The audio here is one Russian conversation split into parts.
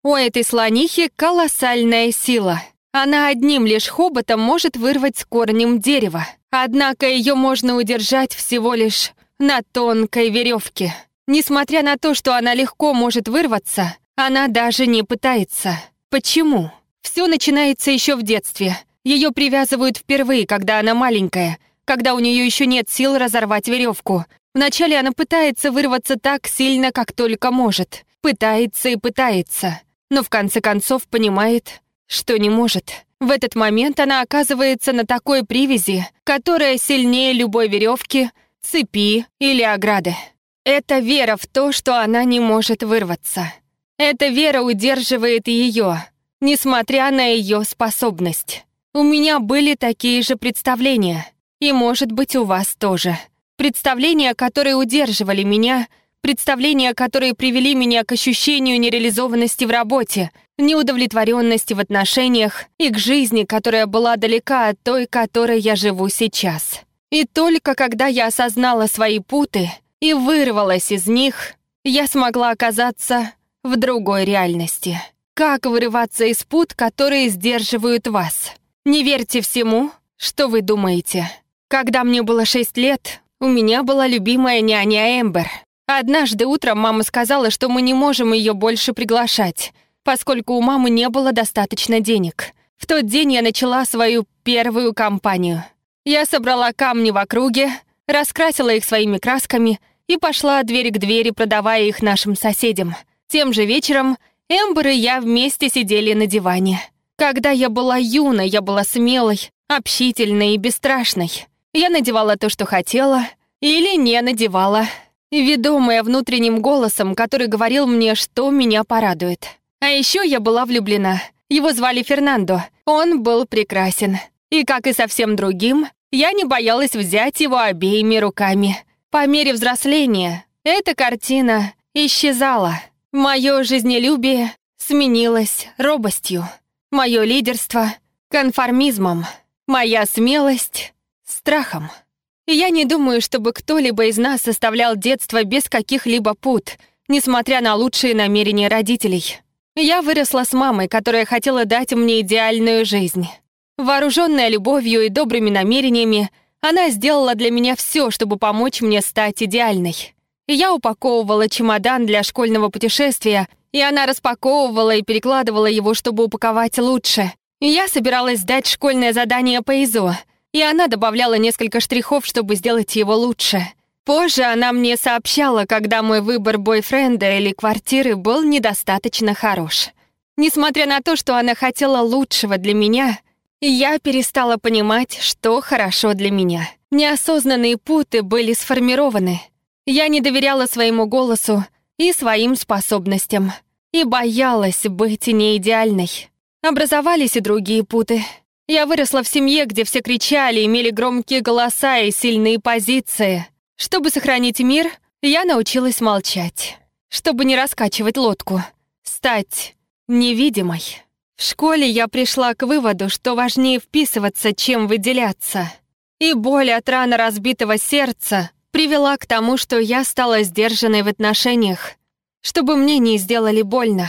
У этой слонихи колоссальная сила. Она одним лишь хоботом может вырвать с корнем дерево. Однако ее можно удержать всего лишь на тонкой веревке. Несмотря на то, что она легко может вырваться, она даже не пытается. Почему? Все начинается еще в детстве. Ее привязывают впервые, когда она маленькая, когда у нее еще нет сил разорвать веревку. Вначале она пытается вырваться так сильно, как только может. Пытается и пытается. Но в конце концов понимает, что не может. В этот момент она оказывается на такой привязи, которая сильнее любой веревки, цепи или ограды. Это вера в то, что она не может вырваться. Эта вера удерживает ее, несмотря на ее способность. У меня были такие же представления, и, может быть, у вас тоже. Представления, которые удерживали меня, представления, которые привели меня к ощущению нереализованности в работе, неудовлетворенности в отношениях и к жизни, которая была далека от той, которой я живу сейчас. И только когда я осознала свои путы и вырвалась из них, я смогла оказаться в другой реальности. Как вырываться из пут, которые сдерживают вас? Не верьте всему, что вы думаете. Когда мне было 6 лет, у меня была любимая няня Эмбер. Однажды утром мама сказала, что мы не можем ее больше приглашать, поскольку у мамы не было достаточно денег. В тот день я начала свою первую кампанию. Я собрала камни в округе, раскрасила их своими красками и пошла от двери к двери, продавая их нашим соседям. Тем же вечером Эмбер и я вместе сидели на диване. Когда я была юной, я была смелой, общительной и бесстрашной. Я надевала то, что хотела, или не надевала, ведомая внутренним голосом, который говорил мне, что меня порадует. А еще я была влюблена. Его звали Фернандо. Он был прекрасен. И, как и со всем другим, я не боялась взять его обеими руками. По мере взросления эта картина исчезала. Мое жизнелюбие сменилось робостью. Мое лидерство — конформизмом. Моя смелость — страхом. И я не думаю, чтобы кто-либо из нас составлял детство без каких-либо пут, несмотря на лучшие намерения родителей. Я выросла с мамой, которая хотела дать мне идеальную жизнь. Вооруженная любовью и добрыми намерениями, она сделала для меня все, чтобы помочь мне стать идеальной. Я упаковывала чемодан для школьного путешествия, и она распаковывала и перекладывала его, чтобы упаковать лучше. Я собиралась сдать школьное задание по ИЗО, и она добавляла несколько штрихов, чтобы сделать его лучше. Позже она мне сообщала, когда мой выбор бойфренда или квартиры был недостаточно хорош. Несмотря на то, что она хотела лучшего для меня, я перестала понимать, что хорошо для меня. Неосознанные путы были сформированы. Я не доверяла своему голосу и своим способностям, и боялась быть неидеальной. Образовались и другие путы. Я выросла в семье, где все кричали, имели громкие голоса и сильные позиции. Чтобы сохранить мир, я научилась молчать. Чтобы не раскачивать лодку. Стать невидимой. В школе я пришла к выводу, что важнее вписываться, чем выделяться. И боль от раны разбитого сердца привела к тому, что я стала сдержанной в отношениях, чтобы мне не сделали больно.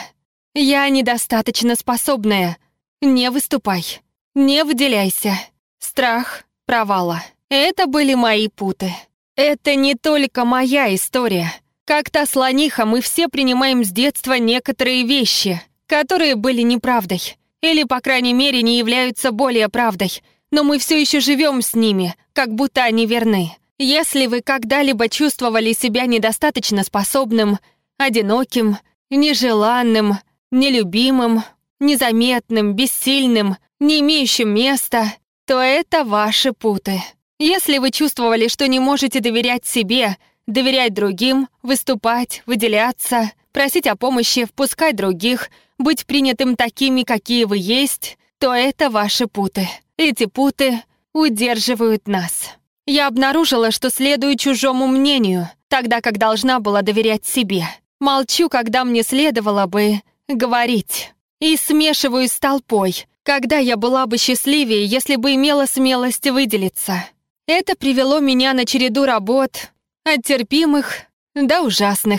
Я недостаточно способная. Не выступай. Не выделяйся. Страх провала. Это были мои путы. Это не только моя история. Как та слониха, мы все принимаем с детства некоторые вещи, которые были неправдой. Или, по крайней мере, не являются более правдой. Но мы все еще живем с ними, как будто они верны. Если вы когда-либо чувствовали себя недостаточно способным, одиноким, нежеланным, нелюбимым, незаметным, бессильным, не имеющим места, то это ваши путы. Если вы чувствовали, что не можете доверять себе, доверять другим, выступать, выделяться, просить о помощи, впускать других, быть принятым такими, какие вы есть, то это ваши путы. Эти путы удерживают нас. Я обнаружила, что следую чужому мнению, тогда как должна была доверять себе. Молчу, когда мне следовало бы говорить. И смешиваюсь с толпой, когда я была бы счастливее, если бы имела смелость выделиться. Это привело меня на череду работ, от терпимых до ужасных.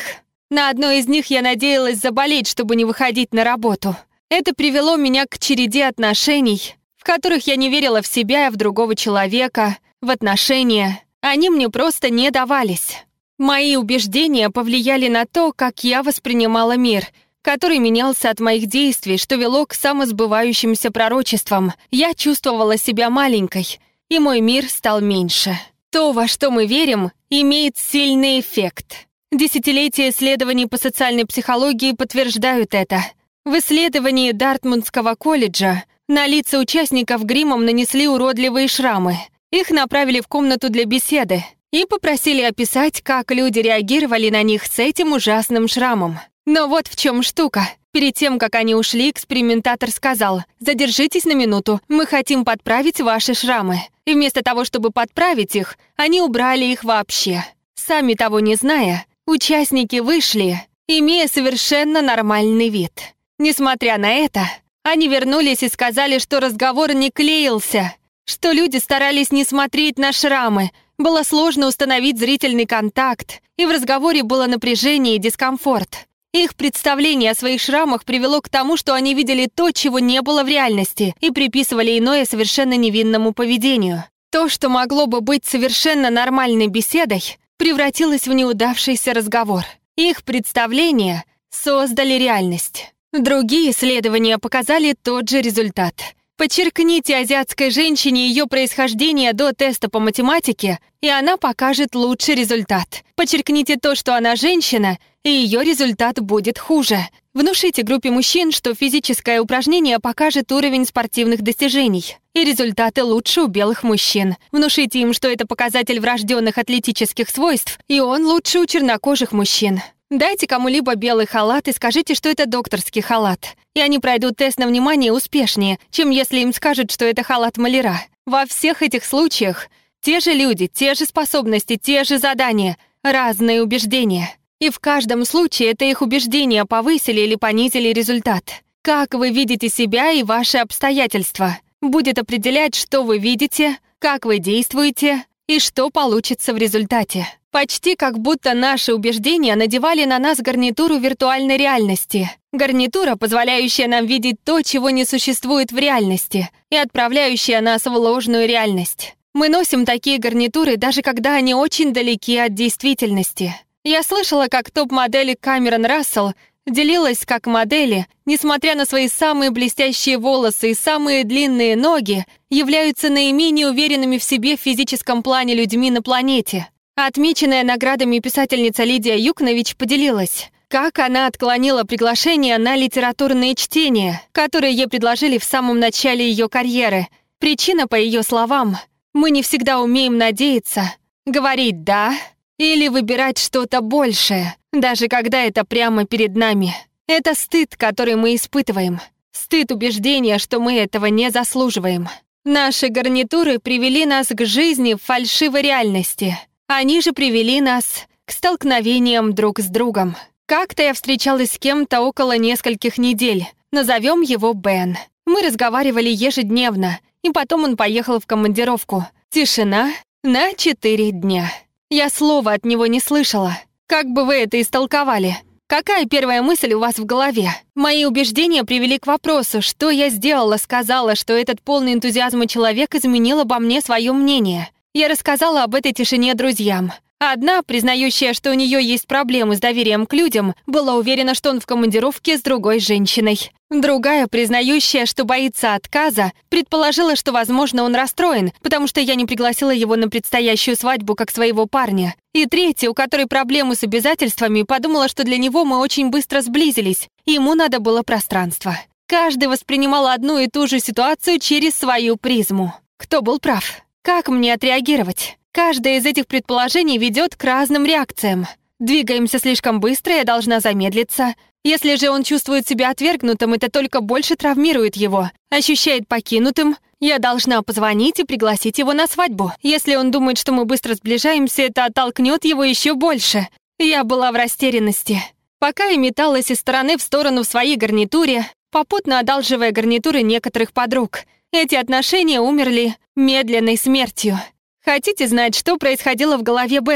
На одной из них я надеялась заболеть, чтобы не выходить на работу. Это привело меня к череде отношений, в которых я не верила в себя и в другого человека, в отношения. Они мне просто не давались. Мои убеждения повлияли на то, как я воспринимала мир, который менялся от моих действий, что вело к самосбывающимся пророчествам. Я чувствовала себя маленькой, и мой мир стал меньше. То, во что мы верим, имеет сильный эффект. Десятилетия исследований по социальной психологии подтверждают это. В исследовании Дартмундского колледжа на лица участников гримом нанесли уродливые шрамы. Их направили в комнату для беседы и попросили описать, как люди реагировали на них с этим ужасным шрамом. Но вот в чем штука. Перед тем, как они ушли, экспериментатор сказал: «Задержитесь на минуту, мы хотим подправить ваши шрамы». И вместо того, чтобы подправить их, они убрали их вообще. Сами того не зная, участники вышли, имея совершенно нормальный вид. Несмотря на это, они вернулись и сказали, что разговор не клеился, что люди старались не смотреть на шрамы, было сложно установить зрительный контакт, и в разговоре было напряжение и дискомфорт. Их представление о своих шрамах привело к тому, что они видели то, чего не было в реальности, и приписывали иное совершенно невинному поведению. То, что могло бы быть совершенно нормальной беседой, превратилось в неудавшийся разговор. Их представления создали реальность. Другие исследования показали тот же результат. Подчеркните азиатской женщине ее происхождение до теста по математике, и она покажет лучший результат. Подчеркните то, что она женщина, и ее результат будет хуже. Внушите группе мужчин, что физическое упражнение покажет уровень спортивных достижений, и результаты лучше у белых мужчин. Внушите им, что это показатель врожденных атлетических свойств, и он лучше у чернокожих мужчин. Дайте кому-либо белый халат и скажите, что это докторский халат, и они пройдут тест на внимание успешнее, чем если им скажут, что это халат маляра. Во всех этих случаях те же люди, те же способности, те же задания, разные убеждения. И в каждом случае это их убеждения повысили или понизили результат. Как вы видите себя и ваши обстоятельства будет определять, что вы видите, как вы действуете и что получится в результате. Почти как будто наши убеждения надевали на нас гарнитуру виртуальной реальности. Гарнитура, позволяющая нам видеть то, чего не существует в реальности, и отправляющая нас в ложную реальность. Мы носим такие гарнитуры, даже когда они очень далеки от действительности. Я слышала, как топ-модели Камерон Рассел делилась, как модели, несмотря на свои самые блестящие волосы и самые длинные ноги, являются наименее уверенными в себе в физическом плане людьми на планете. Отмеченная наградами писательница Лидия Юкнович поделилась, как она отклонила приглашение на литературные чтения, которые ей предложили в самом начале ее карьеры. Причина, по ее словам, мы не всегда умеем надеяться, говорить «да» или выбирать что-то большее, даже когда это прямо перед нами. Это стыд, который мы испытываем. Стыд убеждения, что мы этого не заслуживаем. Наши гарнитуры привели нас к жизни в фальшивой реальности. Они же привели нас к столкновениям друг с другом. Как-то я встречалась с кем-то около нескольких недель. Назовем его Бен. Мы разговаривали ежедневно, и потом он поехал в командировку. Тишина на 4 дня. Я слова от него не слышала. Как бы вы это истолковали? Какая первая мысль у вас в голове? Мои убеждения привели к вопросу, что я сделала, сказала, что этот полный энтузиазма человек изменил обо мне свое мнение. Я рассказала об этой тишине друзьям. Одна, признающая, что у нее есть проблемы с доверием к людям, была уверена, что он в командировке с другой женщиной. Другая, признающая, что боится отказа, предположила, что, возможно, он расстроен, потому что я не пригласила его на предстоящую свадьбу как своего парня. И третья, у которой проблемы с обязательствами, подумала, что для него мы очень быстро сблизились, и ему надо было пространство. Каждый воспринимал одну и ту же ситуацию через свою призму. Кто был прав? Как мне отреагировать? Каждое из этих предположений ведет к разным реакциям. Двигаемся слишком быстро, я должна замедлиться. Если же он чувствует себя отвергнутым, это только больше травмирует его. Ощущает покинутым, я должна позвонить и пригласить его на свадьбу. Если он думает, что мы быстро сближаемся, это оттолкнет его еще больше. Я была в растерянности. Пока я металась из стороны в сторону в своей гарнитуре, попутно одалживая гарнитуры некоторых подруг. Эти отношения умерли медленной смертью. Хотите знать, что происходило в голове Бена?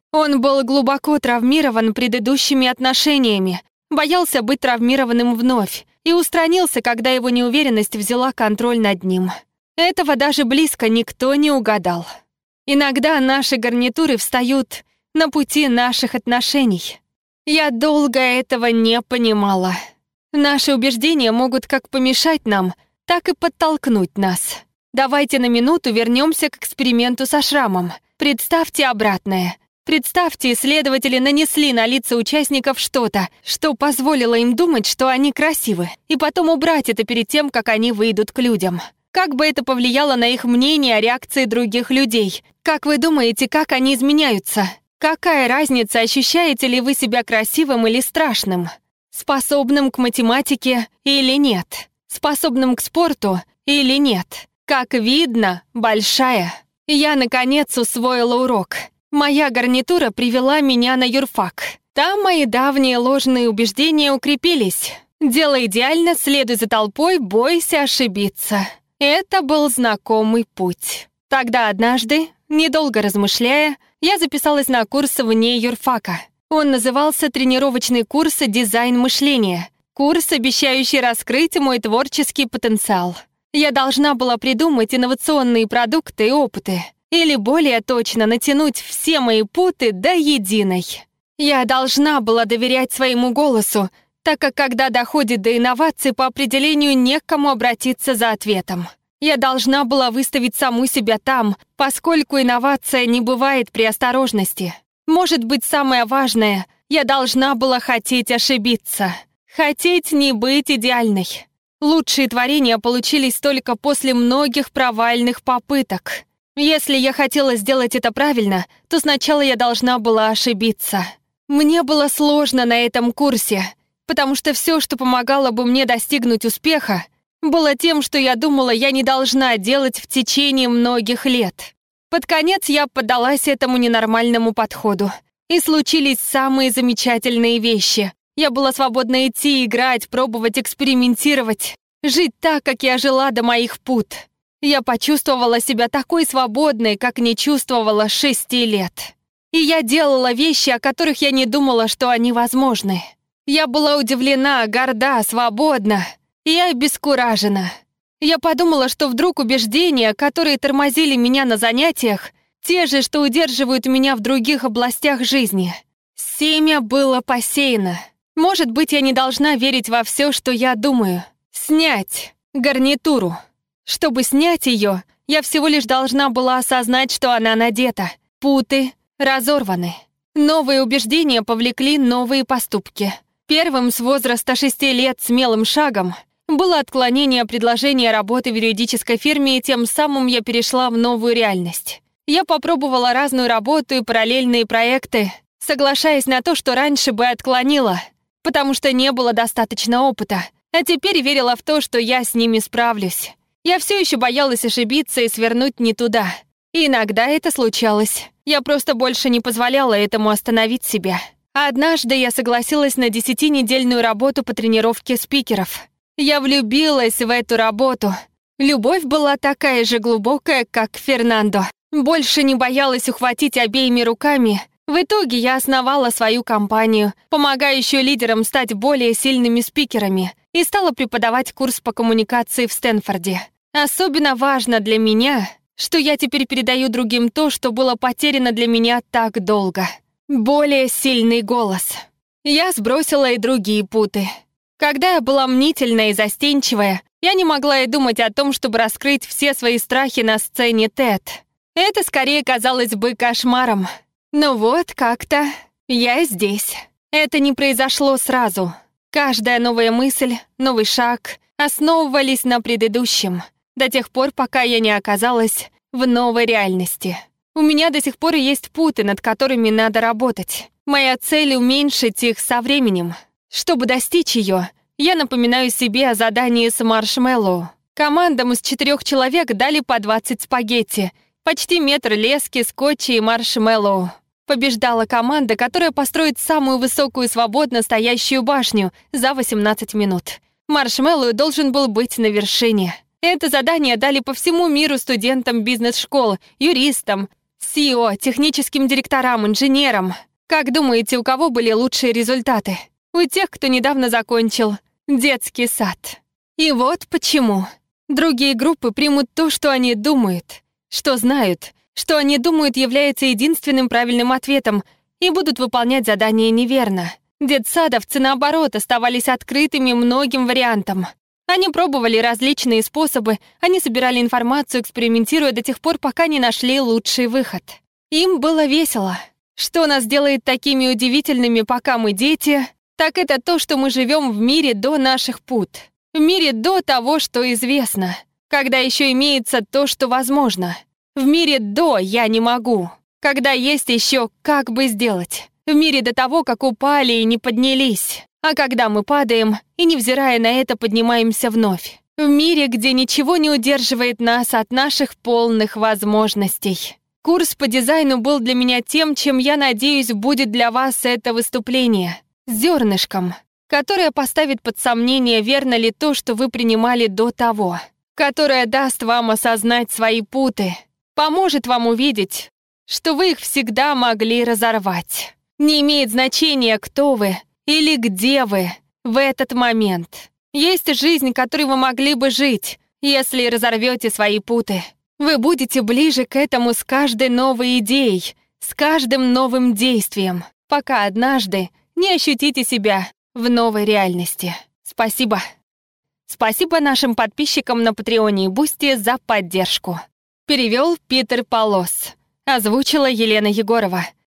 Он был глубоко травмирован предыдущими отношениями, боялся быть травмированным вновь и устранился, когда его неуверенность взяла контроль над ним. Этого даже близко никто не угадал. Иногда наши гарнитуры встают на пути наших отношений. Я долго этого не понимала. Наши убеждения могут как помешать нам, так и подтолкнуть нас. Давайте на минуту вернемся к эксперименту со шрамом. Представьте обратное. Представьте, исследователи нанесли на лица участников что-то, что позволило им думать, что они красивы, и потом убрать это перед тем, как они выйдут к людям. Как бы это повлияло на их мнение о реакции других людей? Как вы думаете, как они изменяются? Какая разница, ощущаете ли вы себя красивым или страшным? Способным к математике или нет? Способным к спорту или нет? Как видно, большая. Я, наконец, усвоила урок. Моя гарнитура привела меня на юрфак. Там мои давние ложные убеждения укрепились. Дело идеально, следуй за толпой, бойся ошибиться. Это был знакомый путь. Тогда однажды, недолго размышляя, я записалась на курс вне юрфака. Он назывался «Тренировочный курс «Дизайн мышления». Курс, обещающий раскрыть мой творческий потенциал. Я должна была придумать инновационные продукты и опыты. Или более точно, натянуть все мои путы до единой. Я должна была доверять своему голосу, так как когда доходит до инноваций, по определению не к кому обратиться за ответом. Я должна была выставить саму себя там, поскольку инновация не бывает при осторожности. Может быть, самое важное, я должна была хотеть ошибиться. Хотеть не быть идеальной. Лучшие творения получились только после многих провальных попыток. Если я хотела сделать это правильно, то сначала я должна была ошибиться. Мне было сложно на этом курсе, потому что все, что помогало бы мне достигнуть успеха, было тем, что я думала, я не должна делать в течение многих лет. Под конец я поддалась этому ненормальному подходу. И случились самые замечательные вещи. Я была свободна идти, играть, пробовать, экспериментировать, жить так, как я жила до моих пут. Я почувствовала себя такой свободной, как не чувствовала 6 лет. И я делала вещи, о которых я не думала, что они возможны. Я была удивлена, горда, свободна и обескуражена. Я подумала, что вдруг убеждения, которые тормозили меня на занятиях, те же, что удерживают меня в других областях жизни. Семя было посеяно. Может быть, я не должна верить во все, что я думаю. Снять гарнитуру. Чтобы снять ее, я всего лишь должна была осознать, что она надета. Путы разорваны. Новые убеждения повлекли новые поступки. Первым с возраста 6 лет смелым шагом было отклонение предложения работы в юридической фирме, и тем самым я перешла в новую реальность. Я попробовала разную работу и параллельные проекты, соглашаясь на то, что раньше бы отклонила, потому что не было достаточно опыта, а теперь верила в то, что я с ними справлюсь. Я все еще боялась ошибиться и свернуть не туда. И иногда это случалось. Я просто больше не позволяла этому остановить себя. Однажды я согласилась на 10-недельную работу по тренировке спикеров. Я влюбилась в эту работу. Любовь была такая же глубокая, как Фернандо. Больше не боялась ухватить обеими руками. В итоге я основала свою компанию, помогающую лидерам стать более сильными спикерами, и стала преподавать курс по коммуникации в Стэнфорде. Особенно важно для меня, что я теперь передаю другим то, что было потеряно для меня так долго. Более сильный голос. Я сбросила и другие путы. Когда я была мнительная и застенчивая, я не могла и думать о том, чтобы раскрыть все свои страхи на сцене TED. Это скорее казалось бы кошмаром. Но вот как-то я здесь. Это не произошло сразу. Каждая новая мысль, новый шаг основывались на предыдущем, до тех пор, пока я не оказалась в новой реальности. У меня до сих пор есть путы, над которыми надо работать. Моя цель — уменьшить их со временем. Чтобы достичь ее, я напоминаю себе о задании с маршмеллоу. Командам из 4 человек дали по 20 спагетти, почти метр лески, скотча и маршмеллоу. Побеждала команда, которая построит самую высокую и свободно стоящую башню за 18 минут. Маршмеллоу должен был быть на вершине. Это задание дали по всему миру студентам бизнес-школ, юристам, СИО, техническим директорам, инженерам. Как думаете, у кого были лучшие результаты? У тех, кто недавно закончил детский сад. И вот почему. Другие группы примут то, что они думают, что знают, что они думают является единственным правильным ответом, и будут выполнять задания неверно. Детсадовцы, наоборот, оставались открытыми многим вариантам. Они пробовали различные способы, они собирали информацию, экспериментируя до тех пор, пока не нашли лучший выход. Им было весело. Что нас делает такими удивительными, пока мы дети, так это то, что мы живем в мире до наших пут. В мире до того, что известно. Когда еще имеется то, что возможно. В мире до «я не могу». Когда есть еще «как бы сделать». В мире до того, как упали и не поднялись. А когда мы падаем и, невзирая на это, поднимаемся вновь. В мире, где ничего не удерживает нас от наших полных возможностей. Курс по дизайну был для меня тем, чем, я надеюсь, будет для вас это выступление. Зернышком, которое поставит под сомнение, верно ли то, что вы принимали до того. Которое даст вам осознать свои путы. Поможет вам увидеть, что вы их всегда могли разорвать. Не имеет значения, кто вы или где вы в этот момент. Есть жизнь, которой вы могли бы жить, если разорвете свои путы. Вы будете ближе к этому с каждой новой идеей, с каждым новым действием, пока однажды не ощутите себя в новой реальности. Спасибо. Спасибо нашим подписчикам на Патреоне и Бусти за поддержку. Перевел Питер Полос. Озвучила Елена Егорова.